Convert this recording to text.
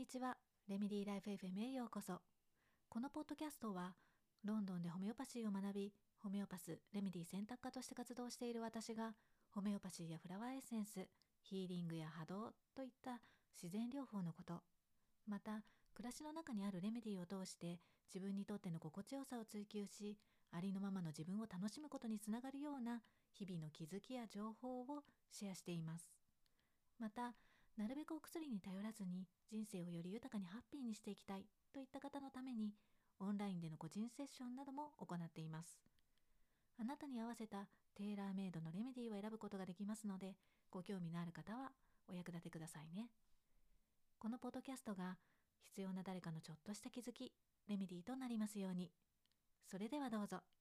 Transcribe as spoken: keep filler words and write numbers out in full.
にちは。レメディライフ エフエム へようこそ。このポッドキャストはロンドンでホメオパシーを学び、ホメオパスレメディ選択科として活動している私が、ホメオパシーやフラワーエッセンス、ヒーリングや波動といった自然療法のこと、また暮らしの中にあるレメディを通して自分にとっての心地よさを追求し、ありのままの自分を楽しむことにつながるような日々の気づきや情報をシェアしています。また、なるべくお薬に頼らずに人生をより豊かにハッピーにしていきたいといった方のために、オンラインでの個人セッションなども行っています。あなたに合わせたテーラーメイドのレメディを選ぶことができますので、ご興味のある方はお役立てくださいね。このポッドキャストが必要な誰かのちょっとした気づき、レメディとなりますように。それではどうぞ